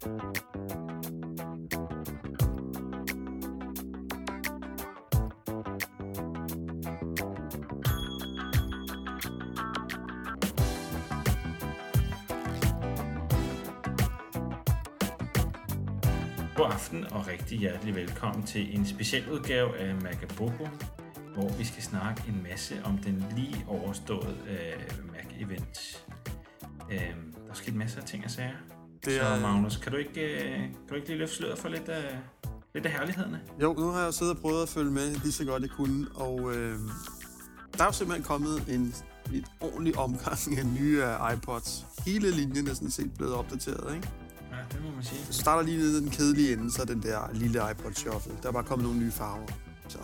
God aften og rigtig hjertelig velkommen til en speciel udgave af Macaboko, hvor vi skal snakke en masse om den lige overståede Mac-event. Der skete masser af ting og sager. Så Magnus, kan du ikke lige løfte sløret for lidt af herlighederne? Jo, nu har jeg jo siddet og prøvet at følge med lige så godt jeg kunne, og der er jo simpelthen kommet en ordentlig omgang af nye iPods. Hele linjen er sådan set blevet opdateret, ikke? Ja, det må man sige. Så starter lige nede den kedelige ende, så den der lille iPod Shuffle. Der er bare kommet nogle nye farver. Så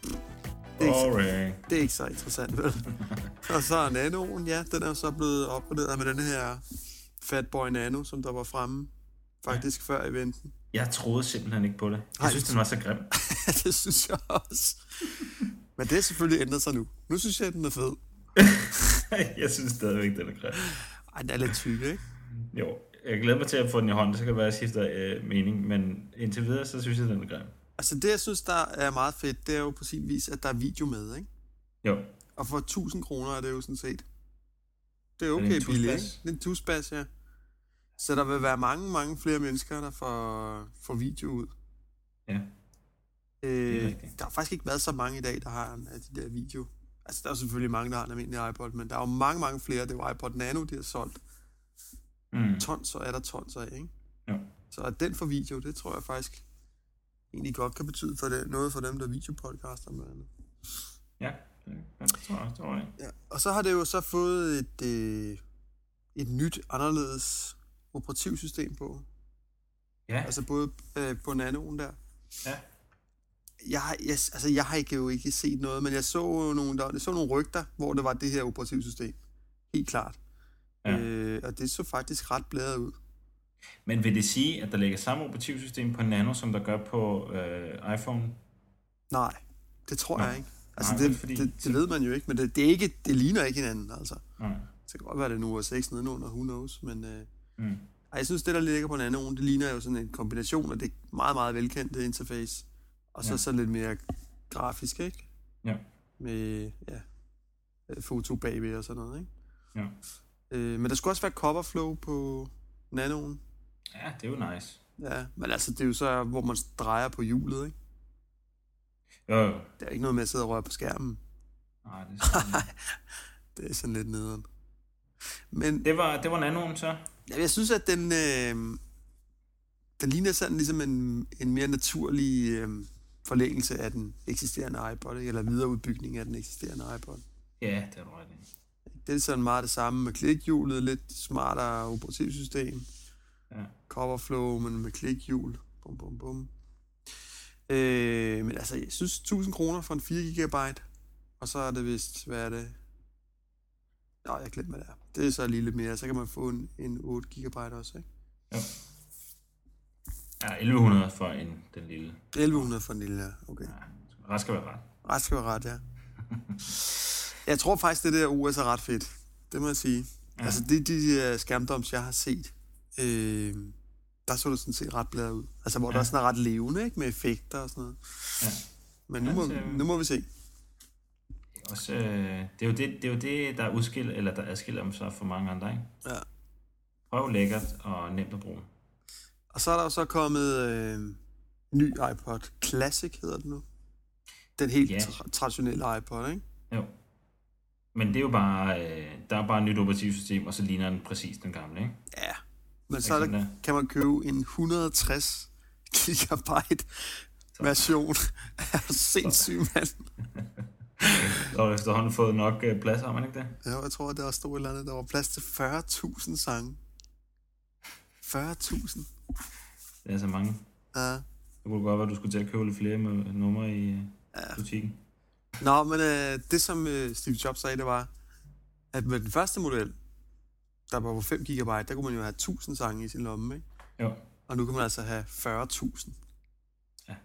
det er ikke så interessant, vel? Og så er Nanoen, ja, den er så blevet opgraderet med den her Fatboy Nano, som der var fremme faktisk før eventen. Jeg troede simpelthen ikke på det. Jeg synes, den var så grim. Det synes jeg også. Men det er selvfølgelig ændret sig nu. Nu synes jeg, den er fed. Jeg synes stadigvæk, den er grim. Ej, den er lidt tyk, ikke? Jo, jeg glæder mig til at få den i hånden, så kan det være, at jeg skifter mening, men indtil videre, så synes jeg, den er grim. Altså det, jeg synes, der er meget fedt, det er jo på sin vis, at der er video med, ikke? Jo. Og for 1000 kroner er det jo sådan set. Det er okay billigt, ikke? Det er en tusbas, ja. Så der vil være mange flere mennesker, der får video ud. Ja. Der har faktisk ikke været så mange i dag, der har en af de der video. Altså der er selvfølgelig mange, der har en almindelig iPod, men der er jo mange flere. Det er jo iPod Nano, de har solgt. Tons og er der tons af, ikke? Ja. Så at den for video, det tror jeg faktisk egentlig godt kan betyde for det, noget for dem, der videopodcaster med andet. Ja, det tror jeg. Ja. Og så har det jo så fået et nyt, anderledes operativsystem på. Ja. Altså både på Nanoen der. Ja. Jeg har jo ikke set noget, men jeg så nogle rygter, hvor det var det her operativsystem. Helt klart. Ja. Og det så faktisk ret blæret ud. Men vil det sige, at der ligger samme operativsystem på Nano, som der gør på iPhone? Nej, det tror jeg ikke. Altså det ved man jo ikke, men det ligner ikke hinanden, altså. Nej. Det kan godt være, det nu er 6 nedenunder, who knows, men jeg synes, det der ligger på Nanoen, det ligner jo sådan en kombination af det meget velkendte interface, og så lidt mere grafisk, ikke? Ja. Med, foto bagved og sådan noget, ikke? Ja. Men der skulle også være cover flow på Nanoen. Ja, det er jo nice. Ja, men altså, det er jo så, hvor man drejer på hjulet, ikke? Jo. Der er ikke noget med at sidde og røre på skærmen. Nej, det er sådan. Det er sådan lidt nederen. Men det var Nanoen så? Ja, jeg synes, at den ligner sådan ligesom en mere naturlig forlængelse af den eksisterende iPod, eller videreudbygning af den eksisterende iPod. Ja, det er du ret i. Det er sådan meget det samme med klikhjulet, lidt smartere operativsystem. Ja. Coverflow, men med klikhjul. Bum. Men altså, jeg synes 1000 kroner for en 4 GB, og så er det vist, hvad er det? Nå, jeg glemmer det. Det er så lige lidt mere, så kan man få en 8 GB også, ikke? Jo. Ja, 1100 for den lille. 1100 for den lille, ja. Okay. Ja, ret skal være ret. Ret skal være ret, ja. Jeg tror faktisk, det der OS er ret fedt. Det må jeg sige. Ja. Altså, de skærmdoms, jeg har set, der så det sådan set ret blæret ud. Altså, hvor der sådan er ret levende, ikke? Med effekter og sådan noget. Ja. Men nu må vi se. Også, det er jo det, der adskiller om sig for mange andre, ikke? Ja. Prøv lækkert og nemt at bruge. Og så er der jo så kommet ny iPod Classic, hedder den nu. Den helt traditionelle iPod, ikke? Jo. Men det er jo bare, der er bare et nyt operativsystem, og så ligner den præcis den gamle, ikke? Ja, men så kan man købe en 160 gigabyte version. Er du sindssyg, mand? Og efterhånden fået nok plads, har man ikke det? Ja, jeg tror, der stod et eller andet. Der var plads til 40.000 sange. 40.000? Det er så mange. Ja. Det kunne godt være, at du skulle til at købe lidt flere numre i butikken. Nå, men det som Steve Jobs sagde, det var, at med den første model, der var på 5 GB, der kunne man jo have 1000 sange i sin lomme, ikke? Jo. Og nu kan man altså have 40.000. Ja.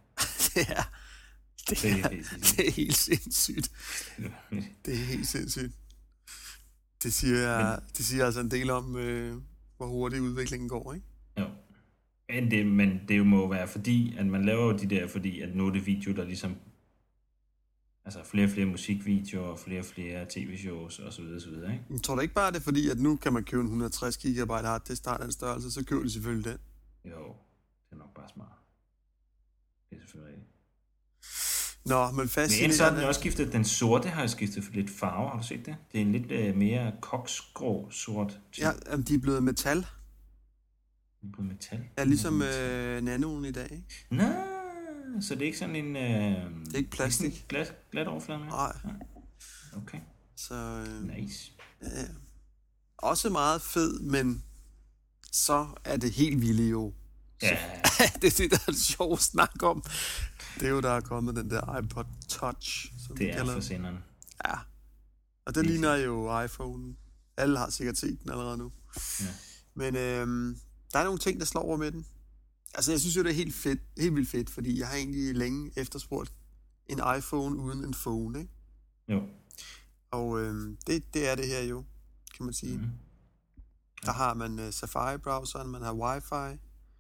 Det er helt sindssygt. Det er helt sindssygt. Det siger altså en del om, hvor hurtigt udviklingen går, ikke? Jo. Men det må være fordi, at man laver de der, fordi at nu er det video, der ligesom, altså flere og flere musikvideoer, flere og flere tv-shows osv. Ikke? Jeg tror da ikke bare, det er fordi, at nu kan man købe en 160 GB harddisk, der er den størrelse, så køber de selvfølgelig den. Jo, det er nok bare smart. Det er selvfølgelig rigtigt. Nå, men fascinerende. Men så har den også skiftet, den sorte har skiftet for lidt farve, har du set det? Det er en lidt mere koksgrå sort. Ja, de er blevet metal. De er blevet metal? Ja, ligesom nanoen i dag, ikke? Nå, så det er ikke sådan en... det er ikke plastik. Glat overflade med? Nej. Ja. Okay. Så... nice. Ja. Også meget fed, men så er det helt vildt jo. Ja. Det er det, der er det sjovt at snakke om. Det er jo, der er kommet den der iPod Touch, som det er for sinderne. Ja. Og den ligner jo iPhone. Alle har sikkert set den allerede nu. Ja. Men der er nogle ting, der slår over med den. Altså, jeg synes jo, det er helt vildt fedt, fordi jeg har egentlig længe efterspurgt en iPhone uden en phone, ikke? Jo. Og det er det her jo, kan man sige. Mm. Der har man Safari-browseren, man har Wi-Fi,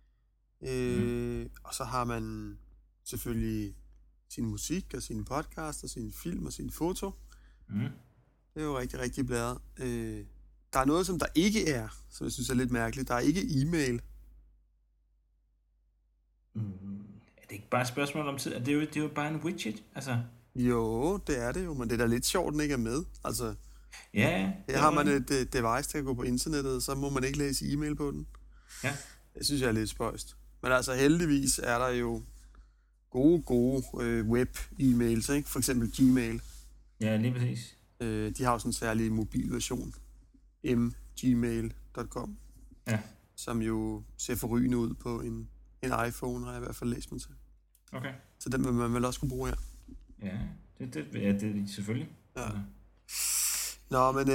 og så har man selvfølgelig sin musik og sine podcast og sine film og sine foto. Mm. Det er jo rigtig, rigtig blæret. Der er noget, som der ikke er, som jeg synes er lidt mærkeligt. Der er ikke e-mail. Er det ikke bare et spørgsmål om tid? Det er jo bare en widget, altså. Jo, det er det jo, men det er da lidt sjovt, den ikke er med. Altså, ja. Her har man et device til at gå på internettet, så må man ikke læse e-mail på den. Ja. Det synes jeg er lidt spøjst. Men altså, heldigvis er der jo gode web-e-mails, ikke? For eksempel Gmail. Ja, lige præcis. De har jo sådan en særlig mobilversion, mgmail.com, som jo ser forrygende ud på en iPhone, har jeg i hvert fald læst mig til. Okay. Så den vil man vel også kunne bruge her. Ja, det selvfølgelig. Ja. Nå, men...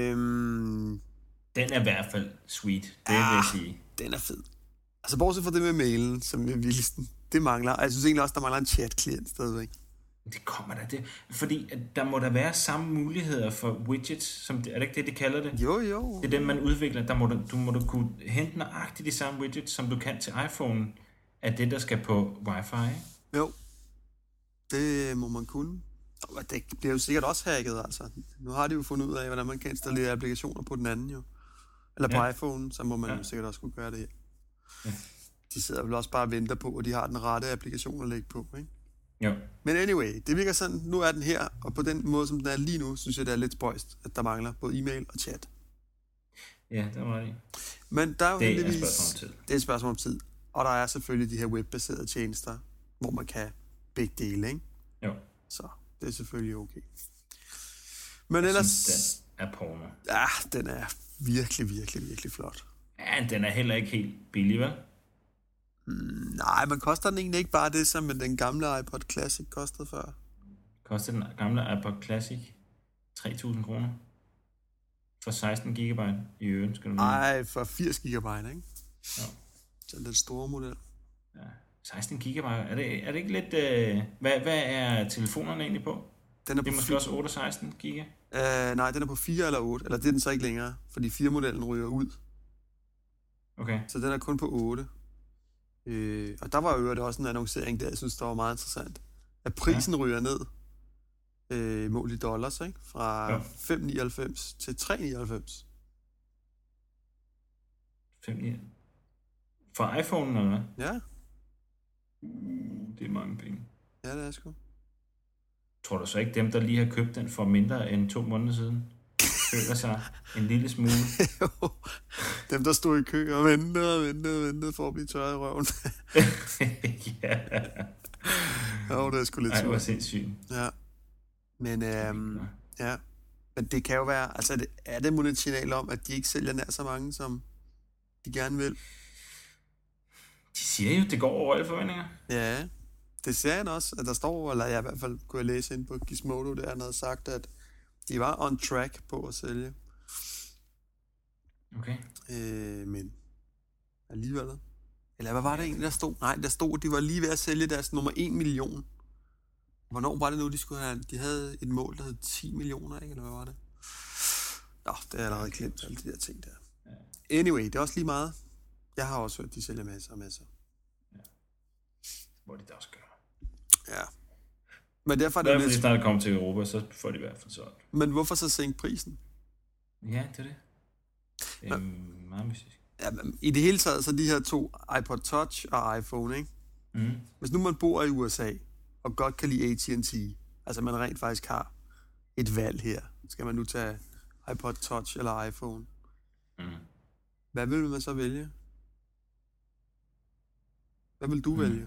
den er i hvert fald sweet, det vil jeg sige. Den er fed. Altså, bortset fra det med mailen, som jeg virkelig... Det mangler. Altså, jeg synes egentlig også, der mangler en chat-klient stadigvæk. Det kommer da det. Fordi at der må der være samme muligheder for widgets, som er det ikke det, de kalder det? Jo. Det er dem, man udvikler. Du må kunne hente nøjagtigt de samme widgets, som du kan til iPhone, af det, der skal på Wi-Fi, ikke? Jo. Det må man kunne. Og det bliver jo sikkert også hacket, altså. Nu har de jo fundet ud af, hvordan man kan installere applikationer på den anden, jo. Eller på iPhone, så må man jo sikkert også kunne gøre det her. Ja. De sidder vel også bare og venter på, at de har den rette applikation at lægge på, ikke? Jo. Men anyway, det virker sådan, nu er den her, og på den måde, som den er lige nu, synes jeg, det er lidt spøjst, at der mangler både e-mail og chat. Ja, det var det. Men der er jo det er et spørgsmål om tid. Det er et spørgsmål om tid. Og der er selvfølgelig de her webbaserede tjenester, hvor man kan begge dele, ikke? Jo. Så det er selvfølgelig okay. Men ellers... Synes, den er porno. Ja, den er virkelig, virkelig, virkelig flot. Ja, den er heller ikke helt billig, vel? Nej, men koster den egentlig ikke bare det, som den gamle iPod Classic kostede før? Koster den gamle iPod Classic 3.000 kroner? For 16 GB i øen, skal du mene? Nej, for 80 GB, ikke? Ja. Så den store model. Ja, 16 GB. Er det ikke lidt... Hvad er telefonerne egentlig på? Den er det er på måske også 8 og 16 GB? Nej, den er på 4 eller 8. Eller det er den så ikke længere, fordi 4-modellen ryger ud. Okay. Så den er kun på 8. Og der var jo også en annoncering der, jeg synes, der var meget interessant. At prisen ryger ned målt i dollars, ikke? Fra 5,99 til 3,99. 5,99? For iPhone'en, eller hvad? Ja. Det er mange penge. Ja, det er sgu. Tror du så ikke, dem, der lige har købt den for mindre end 2 måneder siden, føler sig en lille smule? Jo. Dem, der stod i kø og ventede for at blive tørret i røven. Ja. Jo, det er sgu lidt surt. Ej, hvor sindssygt. Ja. Men, ja. Men det kan jo være, altså er det mon et signal om, at de ikke sælger nær så mange, som de gerne vil? De siger jo, det går over alle forventninger. Ja, det ser han også, at der står, eller jeg i hvert fald kunne jeg læse ind på Gizmodo, der han havde sagt, at de var on track på at sælge. Okay. Men alligevel. Eller hvad var det egentlig, der stod? Nej, der stod, at de var lige ved at sælge deres nummer 1 million. Hvornår var det nu, de skulle have? De havde et mål, der hed 10 millioner, ikke? Eller hvad var det? Nå, det er allerede glemt, alle de der ting der. Anyway, det er også lige meget. Jeg har også hørt, de sælger masser og masser. Ja. Hvor de da også gør. Ja. Men derfor er det jo lidt... snart kommer til Europa, så får de i hvert fald sådan. Men hvorfor så sænke prisen? Ja, det er det. Det er meget mystisk. Ja, i det hele taget, så de her to, iPod Touch og iPhone, ikke? Mm. Hvis nu man bor i USA, og godt kan lide AT&T, altså man rent faktisk har et valg her, skal man nu tage iPod Touch eller iPhone? Mm. Hvad vil man så vælge? Hvad vil du vælge?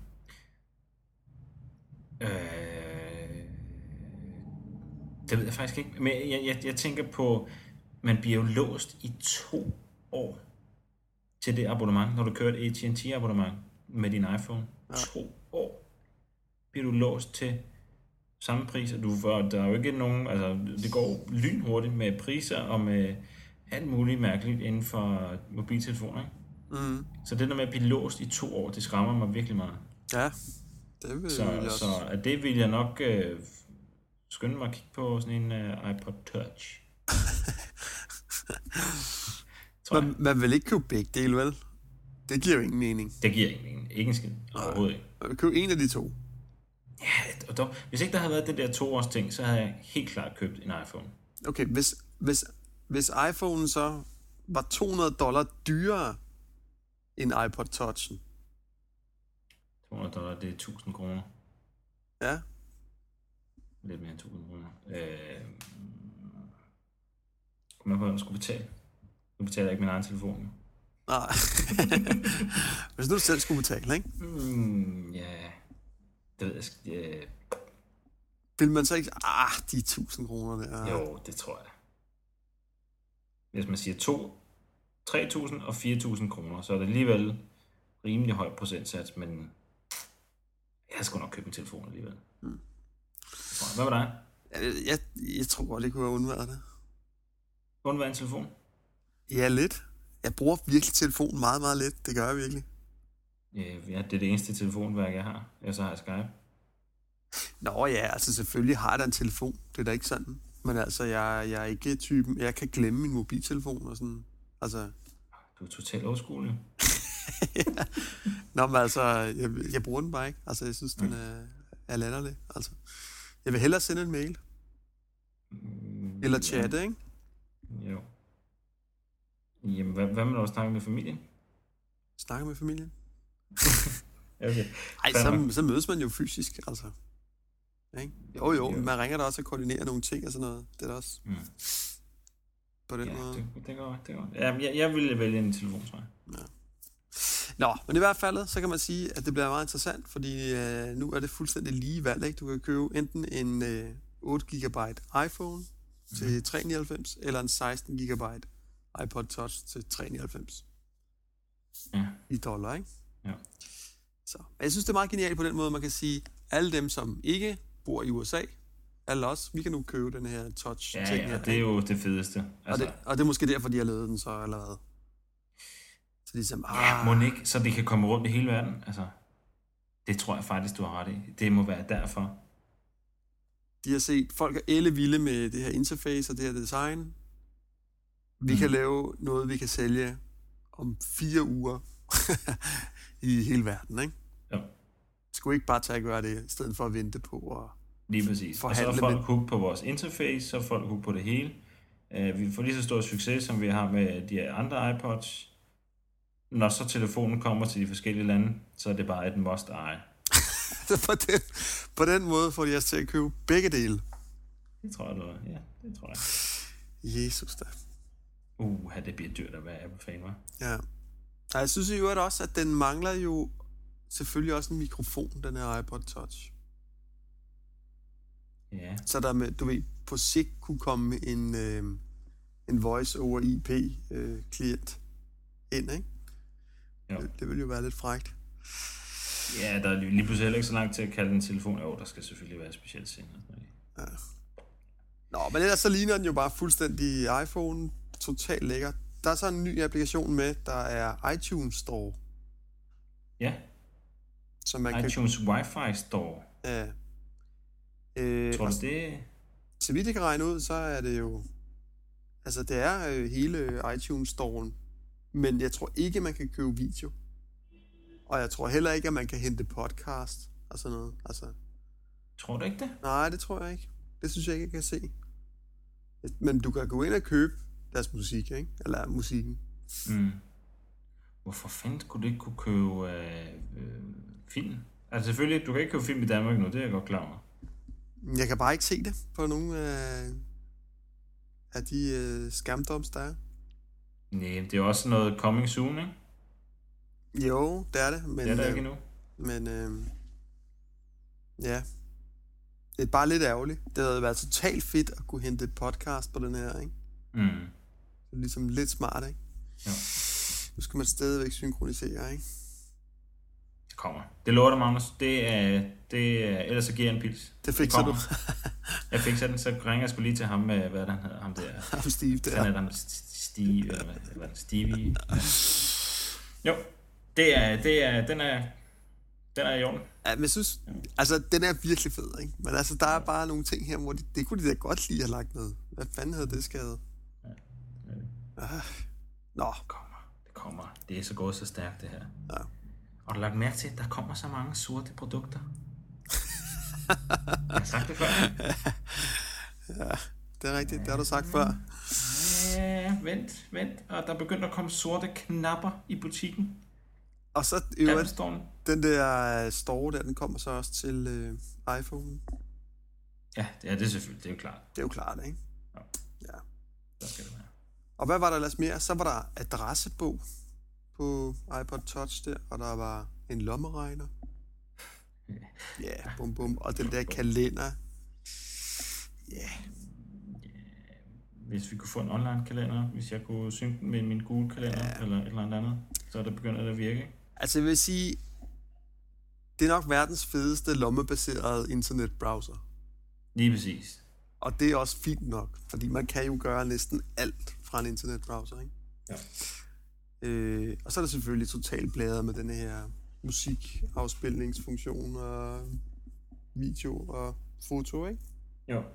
Det ved jeg faktisk ikke. Men jeg tænker på, man bliver jo låst i 2 år til det abonnement, når du kører et AT&T-abonnement med din iPhone. Ja. 2 år bliver du låst til samme pris, og der er jo ikke nogen, altså det går lynhurtigt med priser og med alt muligt mærkeligt inden for mobiltelefoner, ikke? Mm. Så det der med at blive låst i 2 år, det skræmmer mig virkelig meget. Ja, det vil jeg også. Så at det vil jeg nok skynde mig at kigge på sådan en iPod Touch. Man vil ikke købe begge dele, vel? Det giver jo ingen mening. Det giver ingen mening. Ikke en skid. Overhovedet ikke. Man vil købe en af de to. Ja, og dog, hvis ikke der havde været den der 2-års ting, så havde jeg helt klart købt en iPhone. Okay, hvis iPhone'en så var $200 dyrere end iPod Touchen. $200, det er 1.000 kroner. Ja. Lidt mere end 1.000 kroner. Kommer jeg på, at jeg skulle betale? Nu betaler jeg ikke min egen telefon. Nej. Hvis du selv skulle betale, ikke? Ja. Det ved jeg. Vil man så ikke... de 1.000 kroner der. Jo, det tror jeg. Hvis man siger 3.000 og 4.000 kroner, så er det alligevel rimelig høj procentsats, men jeg skulle nok købe en telefon alligevel. Hvad var dig? Jeg tror godt, det kunne have undværet det. Undværet en telefon? Ja, lidt. Jeg bruger virkelig telefonen meget, meget lidt. Det gør jeg virkelig. Ja, det er det eneste telefonværk, jeg har. Jeg så har jeg Skype. Nå ja, altså selvfølgelig har jeg da en telefon. Det er da ikke sådan. Men altså, jeg er ikke typen... Jeg kan glemme min mobiltelefon og sådan. Altså... Du er totalt overskuelig. Ja. Nå, men altså, jeg bruger den bare ikke. Altså, jeg synes, den er latterlig. Altså, jeg vil hellere sende en mail. Eller chatte, ikke? Jo. Jamen, hvad med at snakke med familien? Snakke med familien? Okay. Ej, så mødes man jo fysisk, altså. Ikke? Jo, man ringer der også og koordinerer nogle ting og sådan noget. Det er da også på den måde. Det går. Ja, jeg ville vælge en telefon, tror jeg. Ja. Nå, men i hvert fald, så kan man sige, at det bliver meget interessant, fordi nu er det fuldstændig lige valg, ikke? Du kan købe enten en 8 GB iPhone til 399, eller en 16 GB iPod Touch til 399. Ja. I dollar, ikke? Ja. Så jeg synes, det er meget genialt på den måde, man kan sige, alle dem, som ikke bor i USA, alle os, vi kan nu købe den her Touch-ting. Ja, det er jo det fedeste. Altså. Og det er måske derfor, de har lavet den så, eller hvad? Så ligesom, må ikke, så det kan komme rundt i hele verden. Altså, det tror jeg faktisk, du har ret i. Det må være derfor. De har set, folk er ellevilde med det her interface og det her design. Vi kan lave noget, vi kan sælge om 4 uger i hele verden, ikke? Ja. Skulle ikke bare tage at gøre det, i stedet for at vente på at lige præcis. Og så er folk hooked på vores interface, så er folk hooked på det hele. Vi får lige så stor succes, som vi har med de andre iPods. Når så telefonen kommer til de forskellige lande, så er det bare et must-eje. På den måde får de os til at købe begge dele. Det tror jeg, du er. Ja, det tror jeg. Jesus da. Det bliver dyrt at være Apple-fan, hva'? Ja. Og jeg synes jo også, at den mangler jo selvfølgelig også en mikrofon, den her iPod Touch. Ja. Så der med, du ved, på sigt kunne komme en voice over IP klient ind, ikke? Jo. Det vil jo være lidt frækt. Ja, der er lige pludselig heller ikke så langt til at kalde en telefon. Der skal selvfølgelig være specielt senere. Ja. Nå, men ellers så ligner den jo bare fuldstændig iPhone. Totalt lækker. Der er så en ny applikation med, der er iTunes Store. Ja. Så man iTunes Wi-Fi Store. Ja. Tror du det? Så vidt jeg kan regne ud, så er det jo... Altså, det er hele iTunes Store'en, Men jeg tror ikke, man kan købe video. Og jeg tror heller ikke, at man kan hente podcast og sådan noget. Altså, tror du ikke det? Nej, det tror jeg ikke. Det synes jeg ikke, jeg kan se. Men du kan gå ind og købe deres musik, ikke? Eller musikken. Hvorfor fanden skulle du ikke kunne købe film? Altså selvfølgelig, du kan ikke købe film i Danmark nu, det er jeg godt klar over. Jeg kan bare ikke se det på nogle af de skærmdoms, der er. Nej, det er også noget coming soon, ikke? Jo, det er det. Men, det er der ikke endnu. Men ja, det er bare lidt ærgerligt. Det havde været totalt fedt at kunne hente et podcast på den her, ikke? Det er ligesom lidt smart, ikke? Jo. Nu skal man stadigvæk synkronisere, ikke? Det kommer. Det lover dig, Magnus. Det er, ellers så giver jeg en pils. Det fikser du. Jeg fikser den, så ringer jeg sgu lige til ham, hvad er han hedder? Ham der. Ham Steve der. Han er Steve, eller hvad Stevie. Ja. Jo, den er i orden. Ja, men jeg synes, altså, den er virkelig fed, ikke? Men altså, der er bare nogle ting her, hvor det kunne de da godt lige have lagt ned. Hvad fanden havde det skadet? Nå. Det kommer. Det er så gået så stærkt, det her. Ja. Og du har lagt mærke til, at der kommer så mange sorte produkter. Jeg har sagt det før. Ja, det er rigtigt. Det har du sagt før. Ja, vent. Og der begynder at komme sorte knapper i butikken. Og så den der store der, den kommer så også til iPhone. Ja, det er selvfølgelig. Det er jo klart. Det er jo klart, ikke? Ja. Der skal det være. Og hvad var der ellers mere? Så var der adressebog på iPod Touch der, og der var en lommeregner. Ja, bum. Og den der kalender. Ja. Hvis vi kunne få en online kalender, hvis jeg kunne synge den med min Google kalender, eller et eller andet, så det begynder det at virke. Altså jeg vil sige, det er nok verdens fedeste lommebaserede internetbrowser. Lige præcis. Og det er også fint nok, fordi man kan jo gøre næsten alt fra en internetbrowser, ikke? Ja. Og så er der selvfølgelig totalt bladret med den her musikafspilningsfunktion og video og foto, ikke? Jo.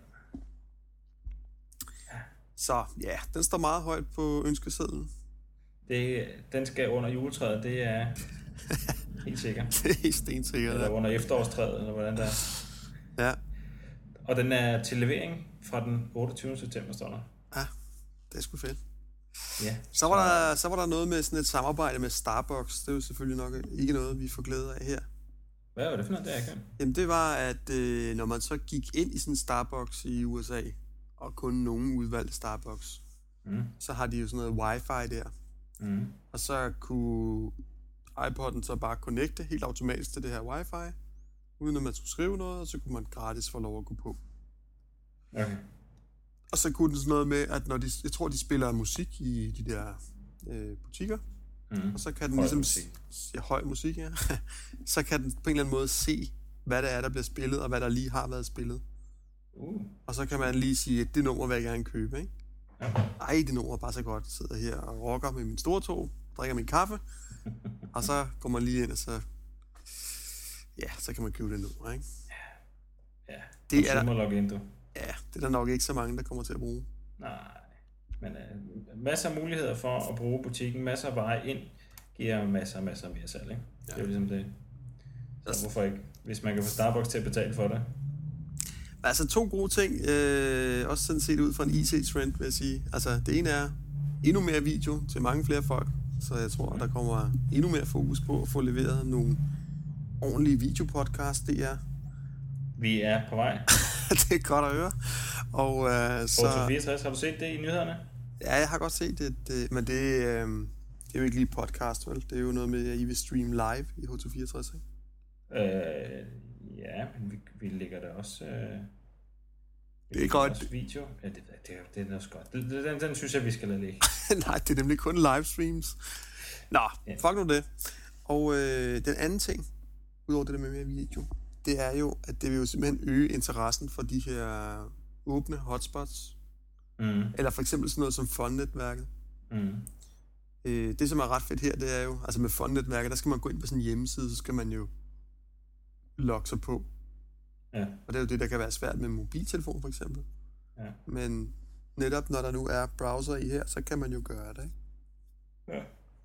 Så ja, den står meget højt på ønskesedlen. Den skal under juletræet, det er helt sikkert. Det er helt stensikkert. Eller under efterårstræet, eller hvordan det er. Ja. Og den er til levering fra den 28. september, står der. Ja, det er sgu fedt. Ja. Så var der noget med sådan et samarbejde med Starbucks. Det er jo selvfølgelig nok ikke noget, vi får glæde af her. Hvad var det for noget, der jeg kan? Jamen det var, at når man så gik ind i sådan en Starbucks i USA, og kun nogen udvalgte Starbucks, så har de jo sådan noget wifi der. Og så kunne iPod'en så bare connecte helt automatisk til det her wifi, uden at man skulle skrive noget, og så kunne man gratis få lov at gå på. Okay. Og så kunne den sådan noget med, at når jeg tror, de spiller musik i de der butikker, og så kan den høj musik, ja. Så kan den på en eller anden måde se, hvad det er, der bliver spillet, og hvad der lige har været spillet. Og så kan man lige sige, at det nummer vil jeg gerne købe, ikke? Ja. Ej, det nummer er bare så godt. Jeg sidder her og rocker med min store tog, drikker min kaffe, og så går man lige ind, og så så kan man købe det nummer, ikke? Ja. Det er login, du. Ja, det er der nok ikke så mange, der kommer til at bruge. Nej, men masser af muligheder for at bruge butikken, masser af veje ind, giver masser mere salg, ikke? Ja. Det er jo ligesom det. Så hvorfor ikke? Hvis man kan få Starbucks til at betale for det. Altså 2 gode ting, også sådan set ud fra en IT-trend, vil jeg sige. Altså det ene er endnu mere video til mange flere folk, så jeg tror, der kommer endnu mere fokus på at få leveret nogle ordentlige videopodcasts, det er. Vi er på vej. Det er godt at høre. Og så... 64, har du set det i nyhederne? Ja, jeg har godt set det, men det er jo ikke lige podcast, vel? Det er jo noget med, at I vil streame live i H264, ikke? Ja, men vi lægger der også... det er godt. Også video. Ja, det er også godt. Den synes jeg, vi skal lade ligge. Nej, det er nemlig kun livestreams. Nå, fuck nu det. Og den anden ting, udover det der med mere video, det er jo, at det vil jo simpelthen øge interessen for de her åbne hotspots. Eller for eksempel sådan noget som fondnetværket. Det, som er ret fedt her, det er jo, altså med fondnetværket, der skal man gå ind på sådan en hjemmeside, så skal man jo logge sig på. Ja. Og det er jo det, der kan være svært med en mobiltelefon for eksempel. Ja. Men netop når der nu er browser i her, så kan man jo gøre det, ikke? Ja.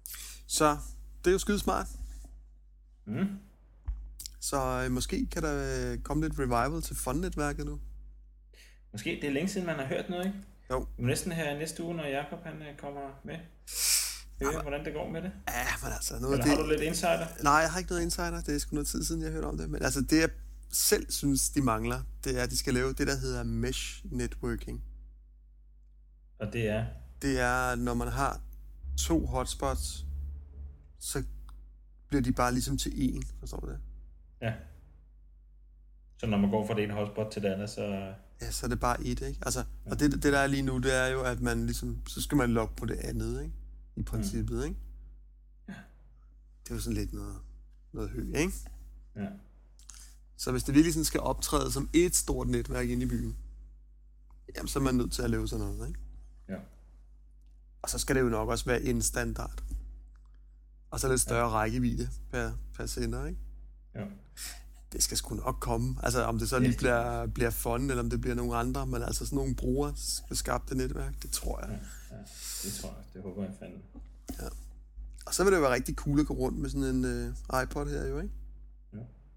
Så det er jo skidesmart. Mm. Så måske kan der komme lidt revival til fondnetværket nu. Måske. Det er længe siden, man har hørt noget, ikke? Jo. Næsten her næste uge, når Jacob han kommer med. Høre, hvordan det går med det. Ja, men altså... Noget eller har du lidt insider? Nej, jeg har ikke noget insider. Det er sgu noget tid siden, jeg har hørt om det. Men altså, det jeg selv synes, de mangler, det er, at de skal lave det, der hedder mesh networking. Og det er? Det er, når man har 2 hotspots, så bliver de bare ligesom til én, forstår du det? Ja. Så når man går fra det ene hotspot til det andet, så... Ja, så er det bare et, ikke? Altså, ja. Og det der er lige nu, det er jo, at man ligesom, så skal man logge på det andet, ikke? I princippet, ikke? Ja. Det er jo sådan lidt noget høj, ikke? Ja. Så hvis det virkelig sådan skal optræde som et stort netværk inde i byen, jamen så er man nødt til at lave sådan noget, ikke? Ja. Og så skal det jo nok også være en standard. Og så lidt større rækkevidde per sender, ikke? Ja. Det skal sgu nok komme. Altså om det så lige bliver fond, eller om det bliver nogle andre, men altså sådan nogle brugere skal skabe det netværk, det tror jeg. Ja, det tror jeg. Det håber jeg fandme. Ja. Og så vil det jo være rigtig cool at gå rundt med sådan en iPod her jo, ikke? Ja.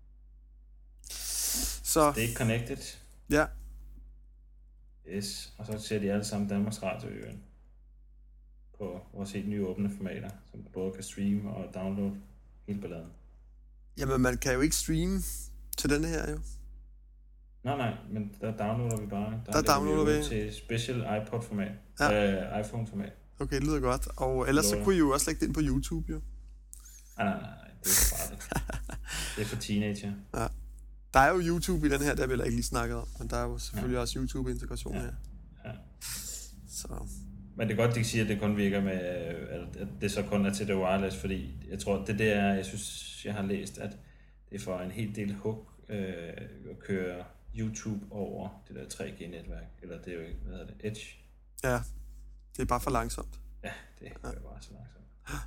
Så... Det er connected. Ja. Yes. Og så ser de alle sammen Danmarks Radio-øen på vores helt nye åbne formater, som både kan streame og downloade hele balladen. Jamen, man kan jo ikke streame til denne her, jo. Nej, men der downloader vi bare. Der downloader vi til special iPod-format. Ja. iPhone-format. Okay, det lyder godt. Og ellers så kunne I jo også lægge det ind på YouTube, jo. Nej, det er for farligt. Det er for teenager. Ja. Der er jo YouTube i den her, der vil jeg ikke lige snakket om, men der er jo selvfølgelig også YouTube-integration her. Ja. Så... Men det er godt, de siger, at det kun virker med, at det så kun er til det wireless, fordi jeg tror, det der, jeg synes, jeg har læst, at det er for en hel del hug at køre YouTube over det der 3G-netværk, eller det er jo ikke, hvad hedder det, Edge? Ja, det er bare for langsomt. Ja, det er bare så langsomt.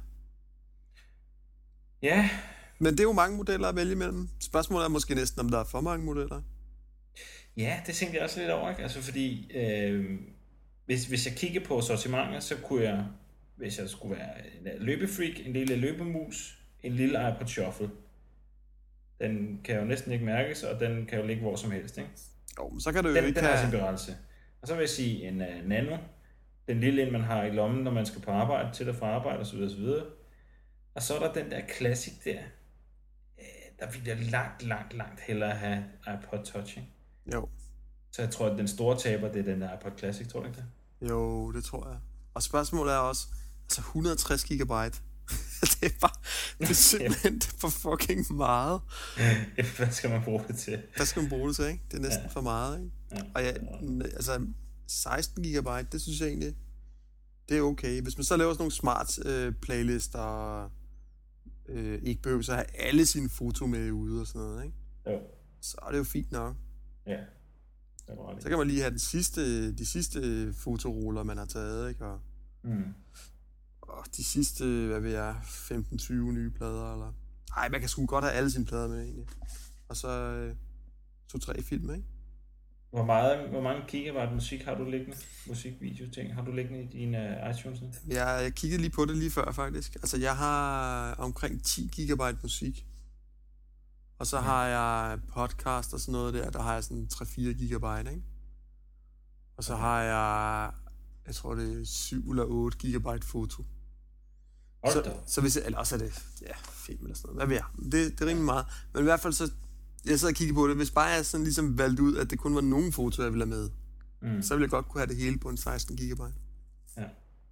Ja. Men det er jo mange modeller at vælge imellem. Spørgsmålet er måske næsten, om der er for mange modeller. Ja, det tænkte jeg også lidt over, ikke? Altså fordi... Hvis jeg kigger på sortimenter, så kunne jeg, hvis jeg skulle være en løbefreak, en lille løbemus, en lille iPod Shuffle. Den kan jo næsten ikke mærkes, og den kan jo ligge hvor som helst, ikke? Jo, men så kan du jo den, ikke den har sin berettelse. Og så vil jeg sige en Nano, den lille en, man har i lommen, når man skal på arbejde, til og fra arbejde osv. osv. Og så er der den der Classic der. Der vil jeg langt hellere have iPod Touch, ikke? Jo. Så jeg tror, at den store taber, det er den der iPod Classic, tror du ikke det? Jo, det tror jeg. Og spørgsmålet er også, altså 160 gigabyte. Det er simpelthen for fucking meget. Hvad skal man bruge det til? Hvad skal man bruge det til, ikke? Det er næsten for meget, ikke? Ja. Og altså 16 gigabyte, det synes jeg egentlig, det er okay. Hvis man så laver sådan nogle smart playlister, og ikke behøver så have alle sine foto med ude og sådan noget, ikke? Jo. Så er det jo fint nok. Ja. Så kan man lige have de sidste fotoroller, man har taget, ikke? Og de sidste, hvad ved jeg, 15-20 nye plader, eller... Ej, man kan sgu godt have alle sine plader med, egentlig. Og så 2-3 film, ikke? Hvor mange gigabyte musik har du liggende? Musikvideo-ting har du liggende i dine iTunes? Jeg kiggede lige på det lige før, faktisk. Altså, jeg har omkring 10 gigabyte musik. Og så har jeg podcast og sådan noget der har jeg sådan 3-4 gigabyte, ikke? Og så har jeg tror det er 7 eller 8 gigabyte foto. Så hvis jeg, eller også er det, film eller sådan noget. Hvad ved jeg? Det er rimelig meget. Men i hvert fald så, jeg sad og kiggede på det. Hvis bare jeg sådan ligesom valgte ud, at det kun var nogle fotoer, jeg ville have med, så ville jeg godt kunne have det hele på en 16 gigabyte. Ja.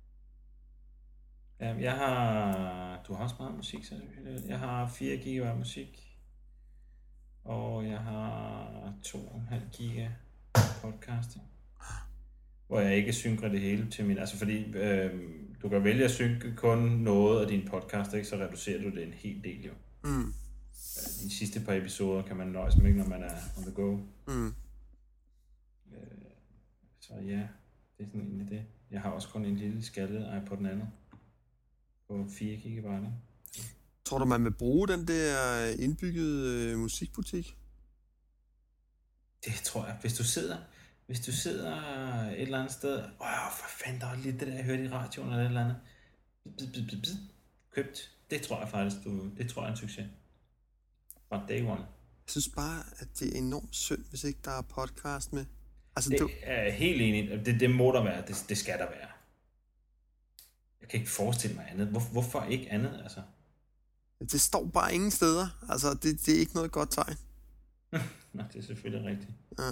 Jeg har, du har også meget musik, så jeg har 4 gigabyte musik. Og jeg har 2,5 giga podcasting, hvor jeg ikke synker det hele til min, altså fordi du kan vælge at synke kun noget af din podcast, ikke? Så reducerer du det en hel del jo. De sidste par episoder kan man nøjes med, når man er on the go. Så ja, det er sådan egentlig det. Jeg har også kun en lille skaldet iPod Nano på 4 gigabyte. Tror du, man vil bruge den der indbyggede musikbutik? Det tror jeg. Hvis du sidder et eller andet sted, for fanden, der var lige det der, jeg hørte i radioen eller et eller andet. købt. Det tror jeg faktisk, det tror jeg er en succes. Fra day one. Jeg synes bare, at det er enormt synd, hvis ikke der er podcast med. Altså, det er helt enig. Det må der være. Det skal der være. Jeg kan ikke forestille mig andet. Hvorfor ikke andet, altså? Det står bare ingen steder. Altså, det er ikke noget godt tegn. Nej, det er selvfølgelig rigtigt. Ja.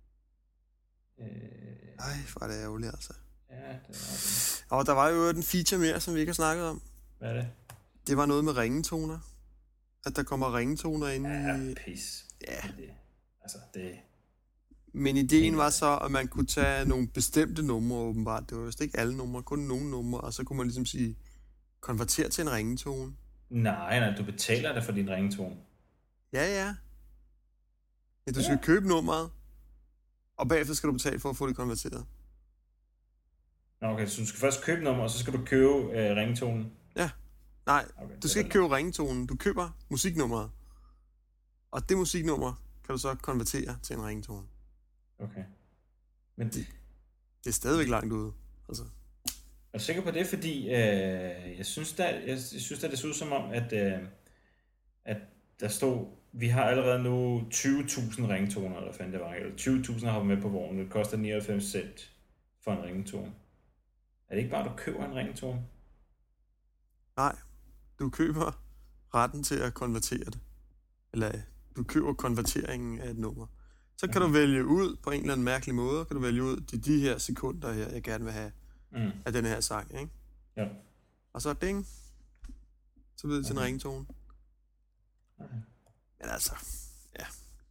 Ej, hvor er det ærgerligt, altså. Ja, det var det. Og der var jo en feature mere, som vi ikke har snakket om. Hvad er det? Det var noget med ringetoner. At der kommer ringetoner ind i... Ja, pis. Ja. Det... Men ideen var så, at man kunne tage nogle bestemte numre, åbenbart. Det var vist ikke alle numre, kun nogle numre. Og så kunne man ligesom sige, konvertere til en ringetone. Nej, du betaler det for din ringetone. Ja, du skal købe nummeret, og bagefter skal du betale for at få det konverteret. Okay, så du skal først købe nummeret, og så skal du købe ringetonen? Ja. Nej, okay, du skal ikke købe ringetonen. Du køber musiknummeret. Og det musiknummer kan du så konvertere til en ringetone. Okay. Men det er stadigvæk langt ude. Altså. Er du sikker på det? Fordi jeg synes da, det så ud som om, at der stod, vi har allerede nu 20.000 ringetoner, eller fandt det var, eller 20.000 har med på vognen. Det koster 99 cent for en ringetone. Er det ikke bare, at du køber en ringetone? Nej, du køber retten til at konvertere det. Eller du køber konverteringen af et nummer. Så kan du vælge ud på en eller anden mærkelig måde, kan du vælge ud de her sekunder her, jeg gerne vil have af den her sang, ikke? Ja. Og så ding, så bliver det til en ringtone. Okay. Men altså, ja.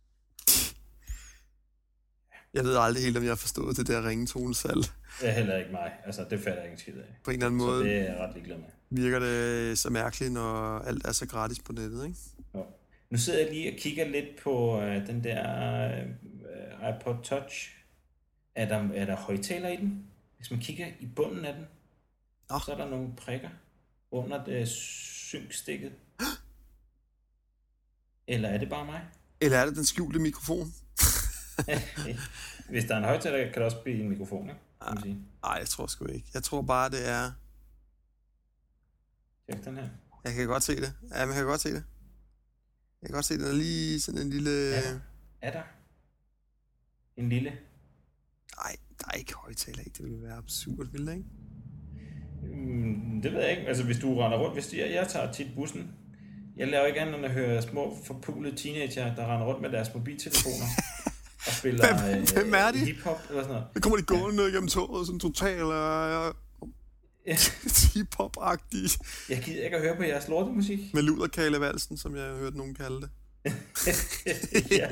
Jeg ved aldrig helt, om jeg har forstået det der ringetonesalg. Det er heller ikke mig. Altså, det fatter jeg ikke skid af. På en eller anden måde. Så det er jeg ret ligeglad med. Virker det så mærkeligt, når alt er så gratis på nettet, ikke? Jo. Nu sidder jeg lige og kigger lidt på den der iPod Touch. Er der højtaler i den? Hvis man kigger i bunden af den, så er der nogle prikker under det synkstikket. Eller er det bare mig? Eller er det den skjulte mikrofon? Hvis der er en højtaler, kan det også blive en mikrofon, ikke? Nej, jeg tror sgu ikke. Jeg tror bare, det er... Tjek den her. Jeg kan godt se det. Ja, man kan godt se det. Jeg kan godt se, den er lige sådan en lille... Er der? En lille? Nej, der er ikke højtaler i. Det ville være absurd, ville det ikke? Det ved jeg ikke. Altså, hvis du render rundt... Hvis jeg tager tit bussen. Jeg laver ikke andet end at høre små forpulede teenager, der render rundt med deres mobiltelefoner og spiller hvem er de? Hip-hop eller sådan noget. Så kommer de gående ned gennem toget, sådan totalt hip-hop-agtige. Jeg gider ikke at høre på jeres lortemusik. Med luderkalevalsen, som jeg har hørt nogen kalde det. Ja,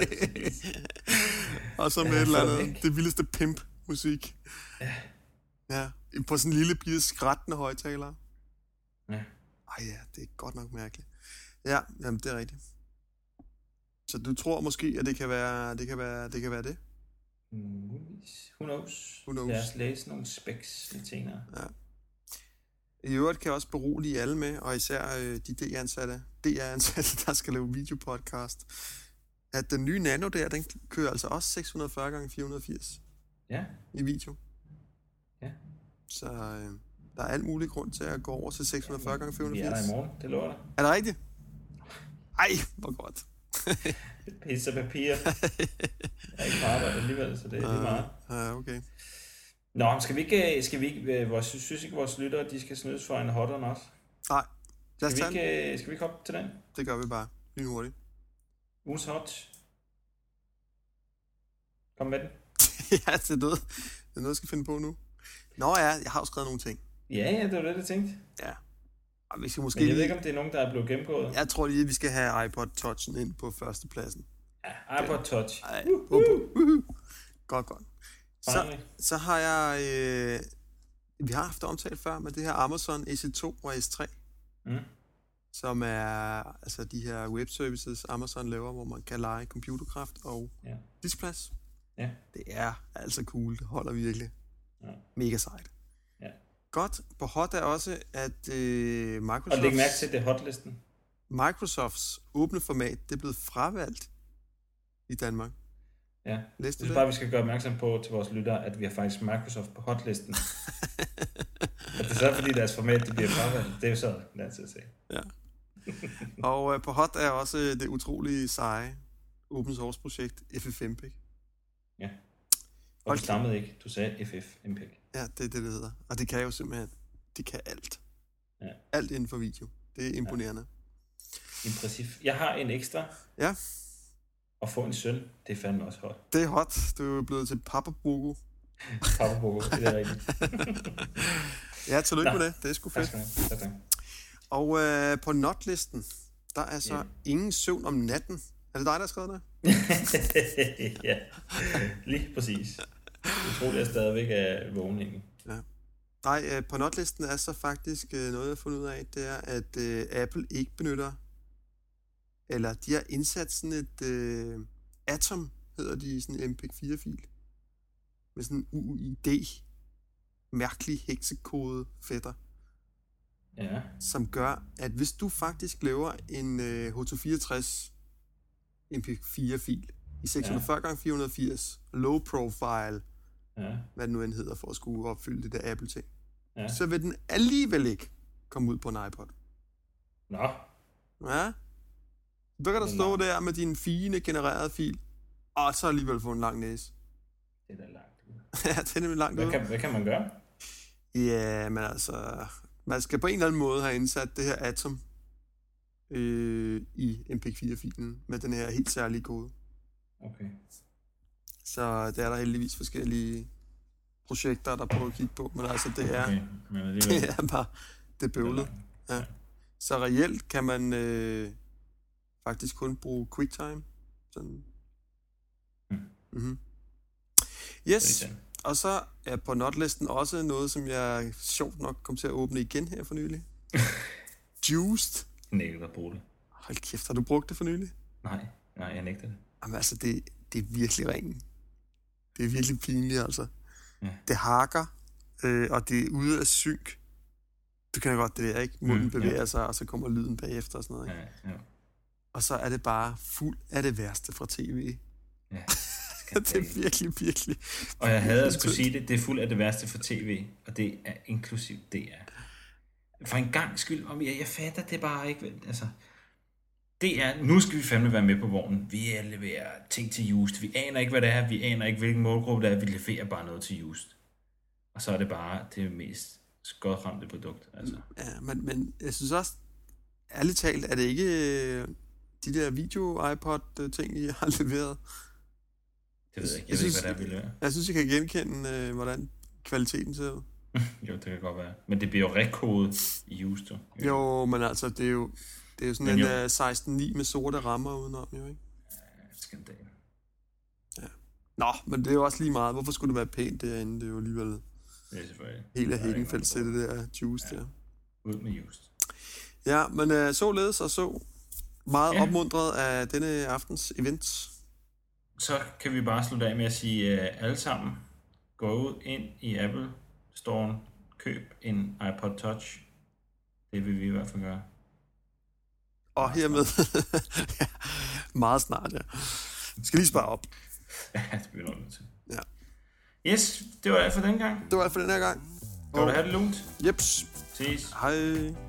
og så med et eller andet, det vildeste pimp-musik. Ja, på sådan en lille bitte skrættende højtaler. Ja. Ej ja, det er godt nok mærkeligt. Ja, jamen det er rigtigt. Så du tror måske, at det kan være det? Who knows? Lad os læse nogle specs lidt senere. Ja. I øvrigt kan jeg også berolige alle med, og især de DR-ansatte, der skal lave videopodcast, at den nye Nano der, den kører altså også 640x480 i video. Ja. Så der er alt mulig grund til at gå over til 640x480. Vi er der i morgen, det lover dig. Er det rigtigt? Ej, hvor godt. Pisse papir. Jeg er ikke på arbejde alligevel, så det er lige meget. Ja, okay. Nå, skal vi ikke synes ikke, vores lyttere, de skal snydes for en hot or not? Nej. Skal vi ikke hoppe til den? Det gør vi bare. Lige hurtigt. Ugens hot. Kom med den. Ja, det er noget, jeg skal finde på nu. Nå ja, jeg har jo skrevet nogle ting. Ja, det var det, jeg tænkte. Ja. Og vi skal måske men jeg ved ikke, om det er nogen, der er blevet gennemgået. Jeg tror lige, at vi skal have iPod Touchen ind på førstepladsen. Ja, iPod Touch. Godt. Så har jeg... vi har haft omtalt før med det her Amazon EC2 og S3. Som er altså de her webservices, Amazon laver, hvor man kan leje computerkraft og diskplads. Ja. Det er altså cool. Det holder virkelig. Ja. Mega sejt. Ja. Godt. På hot er også, at Microsoft... Og læg mærke til det hotlisten. Microsofts åbne format, det er blevet fravalgt i Danmark. Ja, jeg synes bare, vi skal gøre opmærksom på til vores lyttere, at vi har faktisk Microsoft på hotlisten. Det er så, fordi deres format det bliver fravalgt. Det er jo så lad til at se. Ja. Og på HOT er også det utrolige seje open source projekt FFmpeg. Ja. Og du stammede ikke. Du sagde FFmpeg. Ja, det er det hedder. Og det kan jo simpelthen, det kan alt. Ja. Alt inden for video. Det er imponerende. Ja. Impressivt. Jeg har en ekstra. Ja. Og få en søn, det er fandme også hot. Det er hot. Du er blevet til Papa Bogo. Papa Bogo, det er rigtigt. Ja, tillykke med det. Det er sgu fedt. Tak. Og på notlisten, der er så ingen søvn om natten. Er det dig, der har skrevet det? Ja, lige præcis. Jeg tror, jeg stadigvæk er vågen egentlig. Ja. Nej, på notlisten er så faktisk noget, jeg har fundet ud af, det er, at Apple ikke benytter, eller de har indsat sådan et Atom, hedder de, sådan en MP4-fil, med sådan en UUID, mærkelig heksekode fætter, som gør, at hvis du faktisk laver en H264 MP4-fil i 640x480, low profile, hvad det nu end hedder, for at skulle opfylde det der Apple-ting, så vil den alligevel ikke komme ud på en iPod. Nå. Ja. Så kan der stå der med din fine genererede fil, og så alligevel få en lang næse. Det er da langt ud. Ja, det er nemlig langt ud. Hvad kan man gøre? Ja, men altså, man skal på en eller anden måde have indsat det her Atom i MP4-filen med den her helt særlige kode. Okay. Så der er der heldigvis forskellige projekter, der prøver at kigge på, men altså det er, okay. Men det er bare, det er bøvlet. Ja. Så reelt kan man faktisk kun bruge QuickTime. Sådan. Mm-hmm. Yes, og så er på notlisten også noget, som jeg sjovt nok kom til at åbne igen her for nylig. Juiced. Nægter at bruge det. Hold kæft, har du brugt det for nylig? Nej, jeg nægter det. Jamen altså, det er virkelig ringen. Det er virkelig pinligt, altså. Ja. Det hakker, og det er ude af synk. Du kan godt det der, ikke? Munden bevæger sig, og så kommer lyden bagefter og sådan noget, ikke? Ja. Og så er det bare fuld af det værste fra tv. Ja. Det er virkelig, virkelig. Og jeg havde at skulle sige det, det er fuld af det værste fra tv, og det er inklusivt DR. For en gang skyld, om jeg fatter det bare ikke, altså. Det er, nu skal vi fandme være med på vognen. Vi leverer ting til Just. Vi aner ikke, hvad det er. Vi aner ikke, hvilken målgruppe det er. Vi leverer bare noget til Just. Og så er det bare det mest skodramte produkt. Altså. Ja, men jeg synes også, ærligt talt, er det ikke de der video-iPod-ting, I har leveret? Det ved jeg ikke. Jeg ved ikke, hvad det er, vi leverer. Jeg synes, jeg kan genkende, hvordan kvaliteten ser ud. Jo, det kan godt være. Men det bliver jo rekodet i Just. Jo, men altså, det er jo sådan en 16:9 med sorte rammer udenom, jo, ikke? Ja, skandal. Ja. Nå, men det er jo også lige meget. Hvorfor skulle det være pænt derinde? Det er jo alligevel helt af Hækkenfeldt til det der Juice der. Ud med Just. Ja, men således og så meget opmuntret af denne aftens events. Så kan vi bare slutte af med at sige, alle sammen gå ud ind i Apple Store'en, køb en iPod Touch. Det vil vi i hvert fald gøre. Og hermed meget snart, ja. Skal lige spare op. Ja, det bliver noget til. Ja. Yes, det var alt for den gang. Det var alt for den her gang. Skal du have det lunt? Jeps. Ses. Hej.